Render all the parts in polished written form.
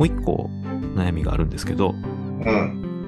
もう一個悩みがあるんですけど、 うん。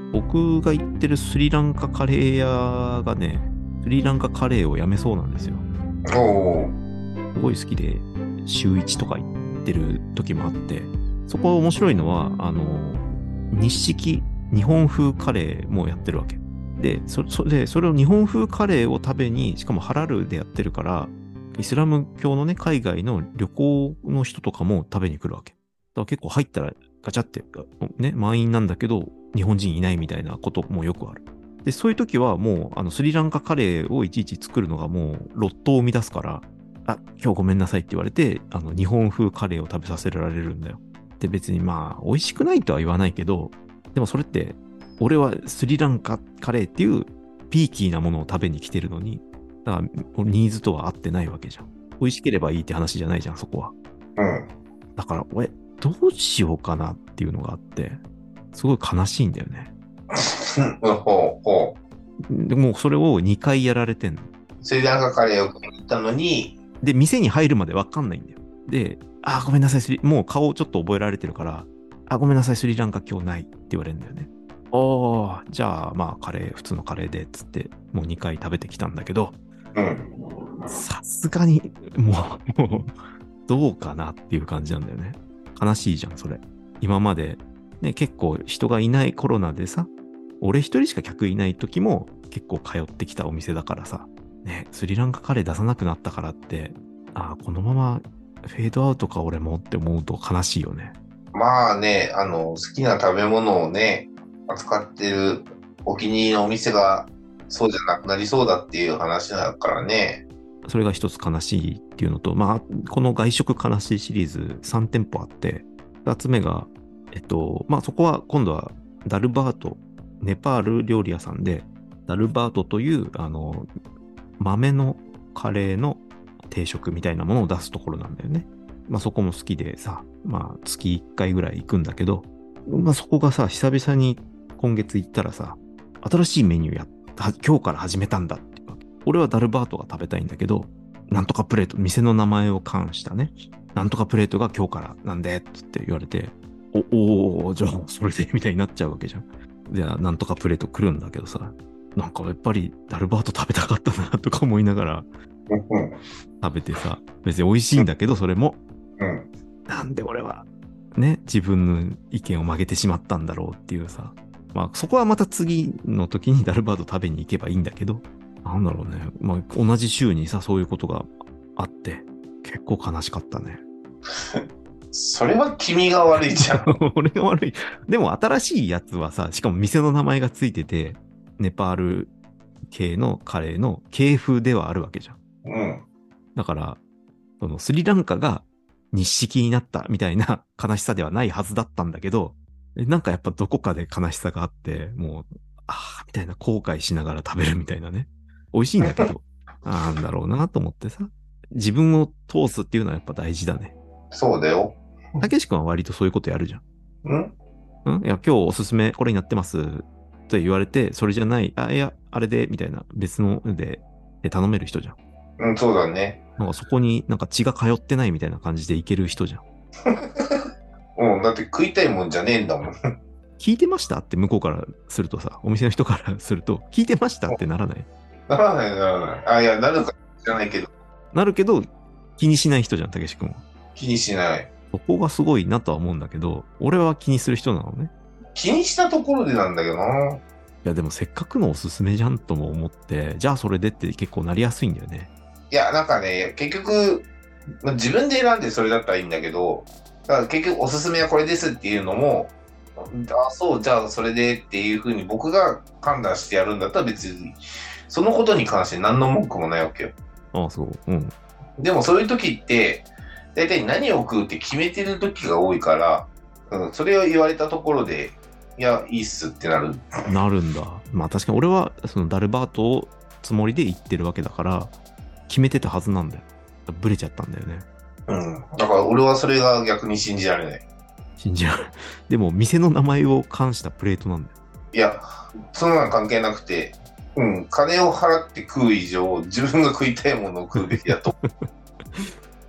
僕が行ってるスリランカカレー屋がね、スリランカカレーをやめそうなんですよ。 おー。 すごい好きで、週1とか行ってる時もあって、そこ面白いのは、日式、日本風カレーもやってるわけ。で、それを日本風カレーを食べに、しかもハラルでやってるから、イスラム教のね、海外の旅行の人とかも食べに来るわけ。だから結構入ったらガチャって、ね、満員なんだけど、日本人いないみたいなこともよくある。で、そういう時はもう、スリランカカレーをいちいち作るのがもう、ロットを生み出すから、今日ごめんなさいって言われて、日本風カレーを食べさせられるんだよ。で、別にまあ、美味しくないとは言わないけど、でもそれって、俺はスリランカカレーっていうピーキーなものを食べに来てるのに、だからニーズとは合ってないわけじゃん。美味しければいいって話じゃないじゃん、そこは。 うん。 だから、俺、どうしようかなっていうのがあって、すごい悲しいんだよね。 ほうほでもうそれを2回やられてんの。 う。スリランカカレーを食いに行ったのに、 で、店に入るまでわかんないんだよ。で、ごめんなさい、もう顔ちょっと覚えられてるから、ごめんなさい、スリランカ今日ないって言われるんだよね。じゃあ、まあ、普通のカレーで、つって、もう2回食べてきたんだけど、 うん。 さすがに、もうどうかなっていう感じなんだよね。悲しいじゃん、それ。今まで、ね、結構人がいないコロナでさ、俺一人しか客いない時も結構通ってきたお店だからさ、ね、スリランカカレー出さなくなったからって、このままフェードアウトか俺もって思うと悲しいよね。 まあね、好きな食べ物をね、扱ってるお気に入りのお店がそうじゃなくなりそうだっていう話だからね。 それが一つ悲しいっていうのと、まあ、この外食悲しいシリーズ3店舗あって、2つ目が、まあそこは今度はダルバート、ネパール料理屋さんで、ダルバートという、豆のカレーの定食みたいなものを出すところなんだよね。まあそこも好きでさ、まあ月1回ぐらい行くんだけど、まあそこがさ、久々に今月行ったらさ、新しいメニュー今日から始めたんだっていうわけ。俺はダルバートが食べたいんだけど、なんとかプレート、店の名前を冠したね、なんとかプレートが今日からなんでって言われて、じゃあそれでみたいになっちゃうわけじゃん。じゃあなんとかプレート来るんだけどさ、なんかやっぱりダルバート食べたかったなとか思いながらうん。 食べてさ、別に美味しいんだけど、それも、 うん。 なんで俺はね、自分の意見を曲げてしまったんだろうっていうさ、まあそこはまた次の時にダルバート食べに行けばいいんだけど、なんだろうね、まあ同じ週にさ、そういうことがあって、結構悲しかったね。 それは君が悪いじゃん。 俺が悪い。でも新しいやつはさ、しかも店の名前がついてて、ネパール系のカレーの系風ではあるわけじゃん。 うん。 だから、そのスリランカが日式になったみたいな悲しさではないはずだったんだけど、なんかやっぱどこかで悲しさがあって、もう、みたいな後悔しながら食べるみたいなね。美味しいんだけど、なんだろうなと思ってさ。自分を通すっていうのはやっぱ大事だね。 そうだよ。 たけし君は割とそういうことやるじゃん。 うん。 いや、今日おすすめこれになってますって言われて、それじゃない、いや、あれで、みたいな別ので頼める人じゃん。 うん、そうだね。 なんかそこになんか血が通ってないみたいな感じでいける人じゃん。 うん、だって食いたいもんじゃねえんだもん。 聞いてましたって向こうからするとさ、お店の人からすると、聞いてましたってならない？ ならない、ならない。いや、なるか知らないけど、 なるけど、気にしない人じゃん、たけし君は。 気にしない。 そこがすごいなとは思うんだけど、俺は気にする人なのね。 気にしたところでなんだけどな。 いや、でもせっかくのおすすめじゃんとも思って、じゃあそれでって結構なりやすいんだよね。 いや、なんかね、結局、自分で選んでそれだったらいいんだけど、だから結局おすすめはこれですっていうのも、そう、じゃあそれでっていうふうに僕が判断してやるんだったら別に、そのことに関して何の文句もないわけよ。 そう。うん。 でもそういう時って、大体何を食うって決めてる時が多いから、それを言われたところで、いや、いいっすってなる。 なるんだ。まあ確かに俺はそのダルバートをつもりで言ってるわけだから、決めてたはずなんだよ。ブレちゃったんだよね。 うん。だから俺はそれが逆に信じられない。 信じられない。でも店の名前を冠したプレートなんだよ。 いや、そんなの関係なくて、うん、金を払って食う以上、自分が食いたいものを食うべきだと。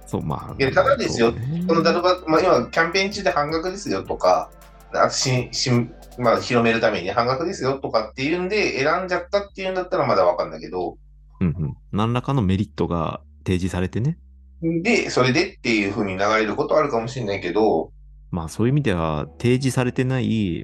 そう、まあ、 いや、ただですよ、 そうね。 このダルバ、まあ、今、キャンペーン中で半額ですよとか、あとまあ、広めるために半額ですよとかっていうんで、選んじゃったっていうんだったらまだわかんないけど、 うんうん。何らかのメリットが提示されてね。 で、それでっていう風に流れることはあるかもしれないけど、 まあそういう意味では提示されてない、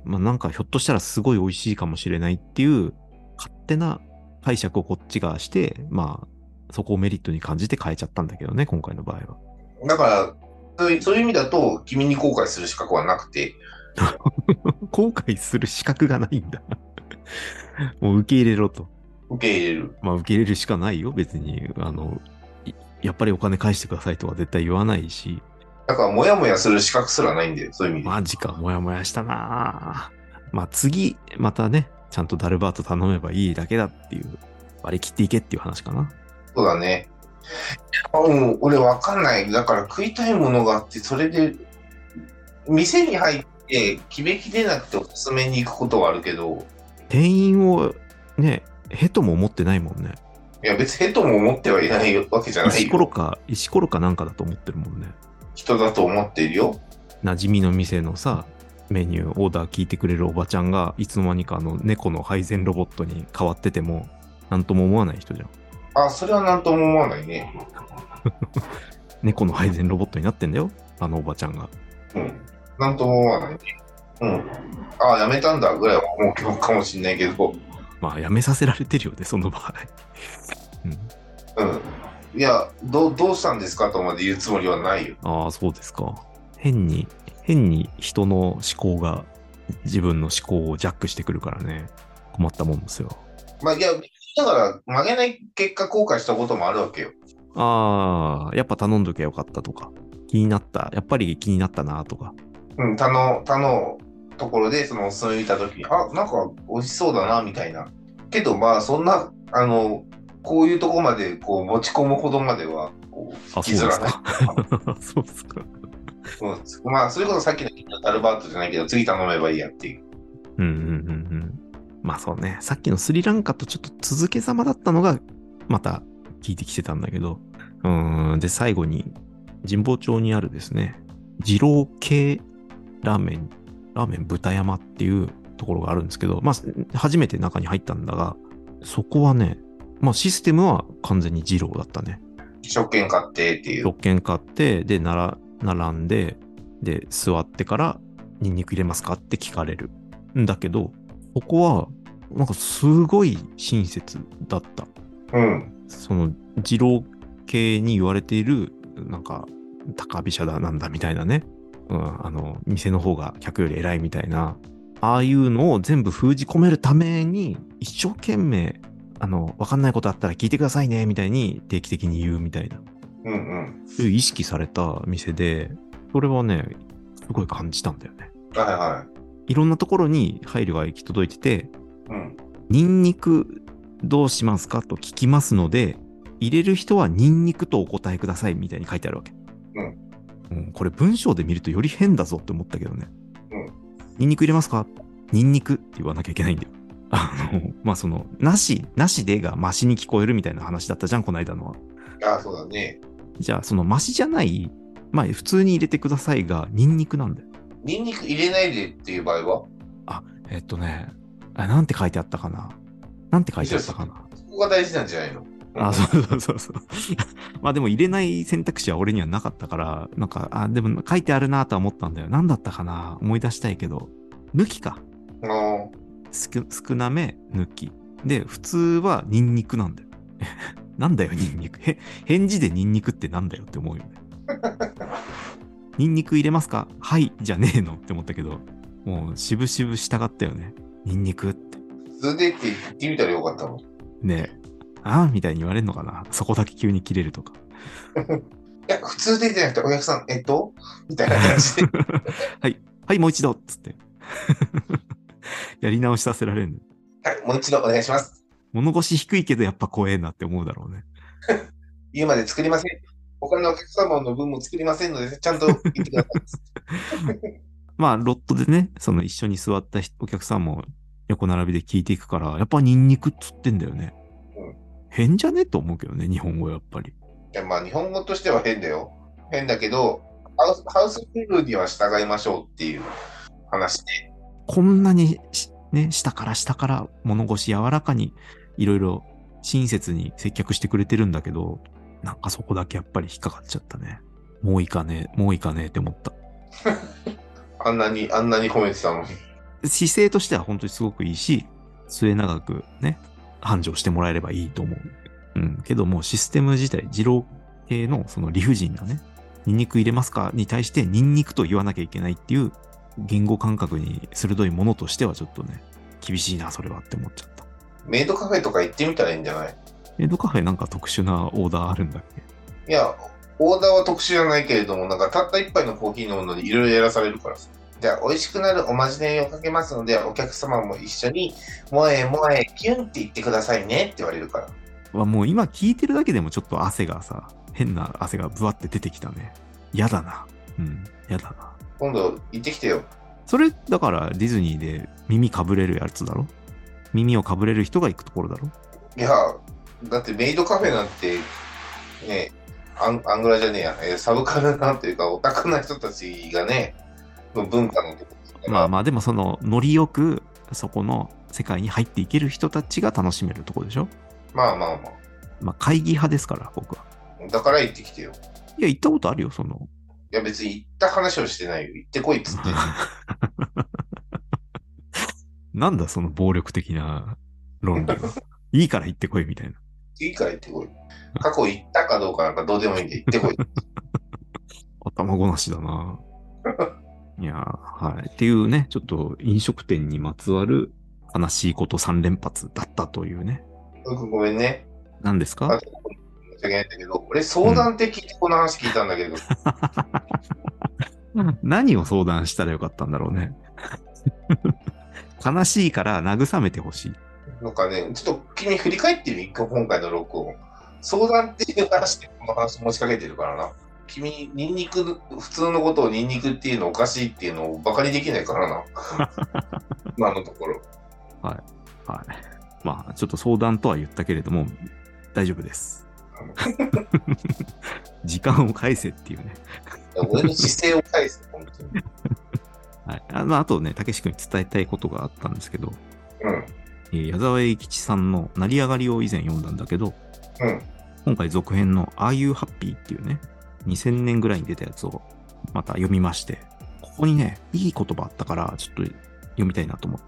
まあなんかひょっとしたらすごい美味しいかもしれないっていう勝手な解釈をこっちがして、まあそこをメリットに感じて変えちゃったんだけどね、今回の場合は。 だから、そういう意味だと、君に後悔する資格はなくて、 後悔する資格がないんだ。もう受け入れろと。 受け入れる。 まあ受け入れるしかないよ、別に。やっぱりお金返してくださいとは絶対言わないし。 だから、もやもやする資格すらないんだよ、そういう意味で。 マジか、もやもやしたなぁ。まあ次、またね、ちゃんとダルバート頼めばいいだけだっていう、割り切っていけっていう話かな。 そうだね。うん、俺わかんない。だから食いたいものがあって、それで、店に入って決めきれなくておすすめに行くことはあるけど、 店員をね、へとも思ってないもんね。 いや別にヘとも思ってはいないわけじゃないよ。 石ころかなんかだと思ってるもんね。 人だと思っているよ。 馴染みの店のさ、メニュー、オーダー聞いてくれるおばちゃんが、いつの間にか猫の配膳ロボットに変わってても、なんとも思わない人じゃん。 あ、それはなんとも思わないね。 猫の配膳ロボットになってんだよ、あのおばちゃんが。 うん。なんとも思わないね。うん。あ、やめたんだぐらいは思うかもしれないけど、 まあ、やめさせられてるよね、その場合。うん。 うん。いや、どうしたんですかとまで言うつもりはないよ。 ああ、そうですか。変に人の思考が自分の思考をジャックしてくるからね。困ったもんですよ。 まあ、いや、だから、曲げない結果後悔したこともあるわけよ。 ああ、やっぱ頼んどきゃよかったとか。気になった。やっぱり気になったなとか。 うん、他のところで、そのおすすめ見たときに、あ、なんか美味しそうだな、みたいな。けど、まあ、そんな、こういうとこまで、こう、持ち込むほどまでは、こう、 あ、 引きずらない。 そうですか。 うん、まあ、それこそさっきのタルバートじゃないけど、次頼めばいいやっていう。 うんうんうんうん。まあそうね。さっきのスリランカとちょっと続けざまだったのが、また聞いてきてたんだけど。で、最後に、神保町にあるですね、二郎系ラーメン豚山っていうところがあるんですけど、まあ、初めて中に入ったんだが、そこはね、まあシステムは完全に二郎だったね。 食券買ってっていう。 6軒買って、で、並んで、で、座ってから、ニンニク入れますかって聞かれる。んだけど、ここは、なんかすごい親切だった。 うん。 その、二郎系に言われている、なんか、高飛車だなんだみたいなね。店の方が客より偉いみたいな、ああいうのを全部封じ込めるために、一生懸命、わかんないことあったら聞いてくださいね、みたいに定期的に言うみたいな。 うんうん。 そういう意識された店で、それはね、すごい感じたんだよね。 はいはい。 いろんなところに配慮が行き届いてて、 うん。 ニンニクどうしますかと聞きますので、入れる人はニンニクとお答えくださいみたいに書いてあるわけ。これ文章で見るとより変だぞって思ったけどね。 うん。 ニンニク入れますか？ニンニクって言わなきゃいけないんだよ。まあなしでがマシに聞こえるみたいな話だったじゃん、この間のは。 ああ、そうだね。 じゃあ、そのマシじゃない、まあ普通に入れてくださいが、ニンニクなんだよ。 ニンニク入れないでっていう場合はなんて書いてあったかな。 そこが大事なんじゃないの？ あ、そう。まあでも入れない選択肢は俺にはなかったから、なんか、でも書いてあるなとは思ったんだよ。なんだったかな、思い出したいけど。抜きか。少なめ抜き。で、普通はニンニクなんだよ。なんだよ、ニンニク。返事でニンニクってなんだよって思うよね。ニンニク入れますか？はい、じゃねえのって思ったけど、もう渋々従ったよね。ニンニクって。 普通でって言ってみたらよかったの。 ねえ。ああみたいに言われるのかな、そこだけ急に切れるとか。 いや、普通でじゃなくて、お客さん、みたいな感じで。 はい、もう一度っつって。やり直しさせられるの。 はい、もう一度お願いします。 物腰低いけどやっぱ怖えなって思うだろうね。 家まで作りません。他のお客様の分も作りませんので、ちゃんと言ってください。 まあ、ロットでね、その一緒に座ったお客さんも横並びで聞いていくから、やっぱニンニクっつってんだよね。変じゃねと思うけどね、日本語やっぱり。 いや、まあ、日本語としては変だよ。 変だけど、ハウスルールには従いましょうっていう話で。 こんなにね、下から物腰柔らかにいろいろ親切に接客してくれてるんだけど、なんかそこだけやっぱり引っかかっちゃったね。もういいかねって思った。 あんなに褒めてたのに。 姿勢としては本当にすごくいいし、末永くね、繁盛してもらえればいいと思う。けどもうシステム自体、二郎系のその理不尽なね、ニンニク入れますかに対してニンニクと言わなきゃいけないっていう言語感覚に鋭いものとしてはちょっとね、厳しいな、それはって思っちゃった。 メイドカフェとか行ってみたらいいんじゃない？ メイドカフェなんか特殊なオーダーあるんだっけ？いや、オーダーは特殊じゃないけれども、なんかたった一杯のコーヒー飲むのにいろいろやらされるからさ。じゃあ、美味しくなるおまじないをかけますので、お客様も一緒に、もえキュンって言ってくださいねって言われるから。 もう今聞いてるだけでもちょっと汗がさ、変な汗がブワって出てきたね。やだな。やだな。 今度行ってきてよ。 それ、だからディズニーで耳かぶれるやつだろ？耳をかぶれる人が行くところだろ？ いや、だってメイドカフェなんて、ね、アングラじゃねえや、サブカルなんていうか、オタクな人たちがね、の文化のところ。 まあまあ、でもその、ノリよく、そこの世界に入っていける人たちが楽しめるところでしょ？ まあ。 まあ、会議派ですから、僕は。 だから行ってきてよ。 いや、行ったことあるよ、その。 いや、別に行った話をしてないよ。行ってこいっつって。 なんだ、その暴力的な論理は。いいから行ってこい、みたいな。 いいから行ってこい。過去行ったかどうかなんかどうでもいいんで行ってこい。 頭ごなしだな。いやはい。っていうね、ちょっと飲食店にまつわる悲しいこと3連発だったというね。 ごめんね。 何ですか？ 申し訳ないんだけど、俺相談って聞いてこの話聞いたんだけど。 何を相談したらよかったんだろうね。悲しいから慰めてほしい。 なんかね、ちょっと君振り返ってみ、今回の録音。相談っていう話でこの話持ちかけてるからな。君、ニンニク、普通のことをニンニクっていうのおかしいっていうのをバカにできないからな。今のところ。 はい。まあ、ちょっと相談とは言ったけれども、大丈夫です。時間を返せっていうね。 俺の姿勢を返せ、本当に。 はい。まあ、あとね、たけし君に伝えたいことがあったんですけど、矢沢永吉さんの成り上がりを以前読んだんだけど、今回続編のAre You Happyっていうね、2000年ぐらいに出たやつをまた読みまして、ここにね、いい言葉あったから、ちょっと読みたいなと思って、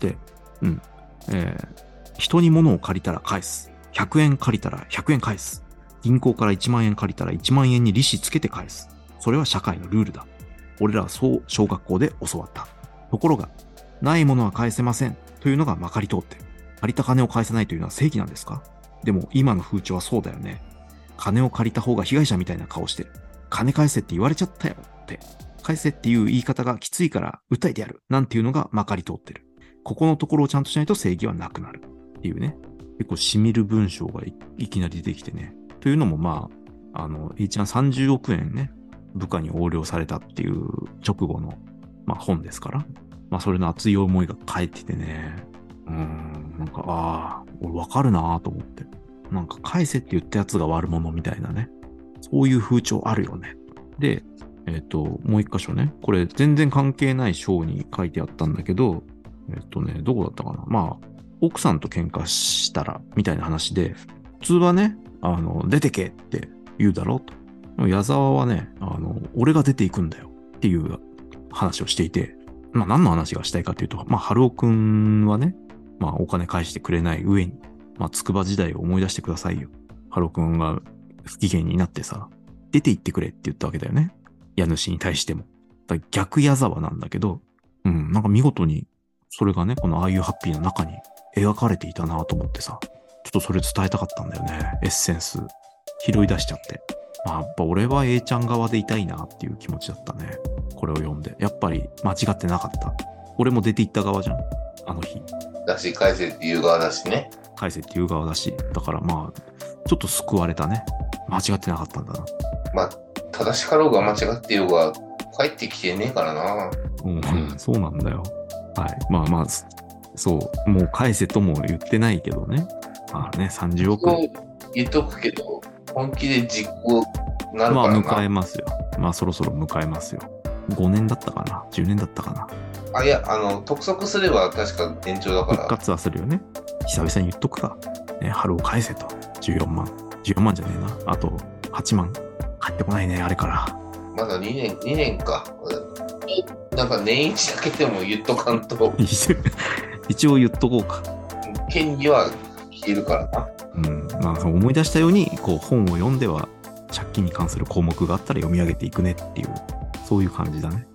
人に物を借りたら返す。100円借りたら100円返す。銀行から1万円借りたら1万円に利子つけて返す。それは社会のルールだ。俺らはそう小学校で教わった。ところが、ないものは返せませんというのがまかり通ってる。借りた金を返せないというのは正義なんですか？でも今の風潮はそうだよね。金を借りた方が被害者みたいな顔してる。金返せって言われちゃったよって。返せっていう言い方がきついから訴えてやる。なんていうのがまかり通ってる。ここのところをちゃんとしないと正義はなくなる。っていうね。結構染みる文章が いきなり出てきてね。というのもまあ、A ちゃん30億円ね、部下に横領されたっていう直後の、まあ、本ですから。まあそれの熱い思いが返っててね。なんか、俺わかるなぁと思って。なんか返せって言ったやつが悪者みたいなね。そういう風潮あるよね。で、もう一箇所ね。これ全然関係ない章に書いてあったんだけど、どこだったかな。まあ、奥さんと喧嘩したら、みたいな話で、普通はね、出てけって言うだろうと。矢沢はね、俺が出ていくんだよっていう話をしていて、まあ何の話がしたいかというと、まあ、春尾くんはね、まあお金返してくれない上に、まあ筑波時代を思い出してくださいよ。春尾くんが不機嫌になってさ、出て行ってくれって言ったわけだよね。家主に対しても。だから逆矢沢なんだけど、なんか見事に、それがね、このああいうハッピーの中に描かれていたなと思ってさ、ちょっとそれ伝えたかったんだよね。エッセンス拾い出しちゃって。まあやっぱ俺は A ちゃん側でいたいなっていう気持ちだったね。これを読んで。やっぱり間違ってなかった。俺も出て行った側じゃん。あの日。 だし、返せっていう側だしね。 返せっていう側だし。だからまあ、ちょっと救われたね。間違ってなかったんだな。 まあ、正しかろうが間違っていようが、帰ってきてねえからな。 そうなんだよ。はい。まあまあ、そう。もう返せとも言ってないけどね。まあね、30億。 言っとくけど、本気で実行なるからな。 まあ、迎えますよ。 まあそろそろ迎えますよ。5年だったかな ?10 年だったかな。 あ、いや、督促すれば確か延長だから。 復活はするよね。久々に言っとくか。ね、春を返せと。14万。14万じゃねえな。あと8万。返ってこないね、あれから。 まだ2年か。なんか年一だけでも言っとかんと。 一応言っとこうか。 権利は消えるからな。 うん。まあ思い出したように、こう本を読んでは借金に関する項目があったら読み上げていくねっていう、そういう感じだね。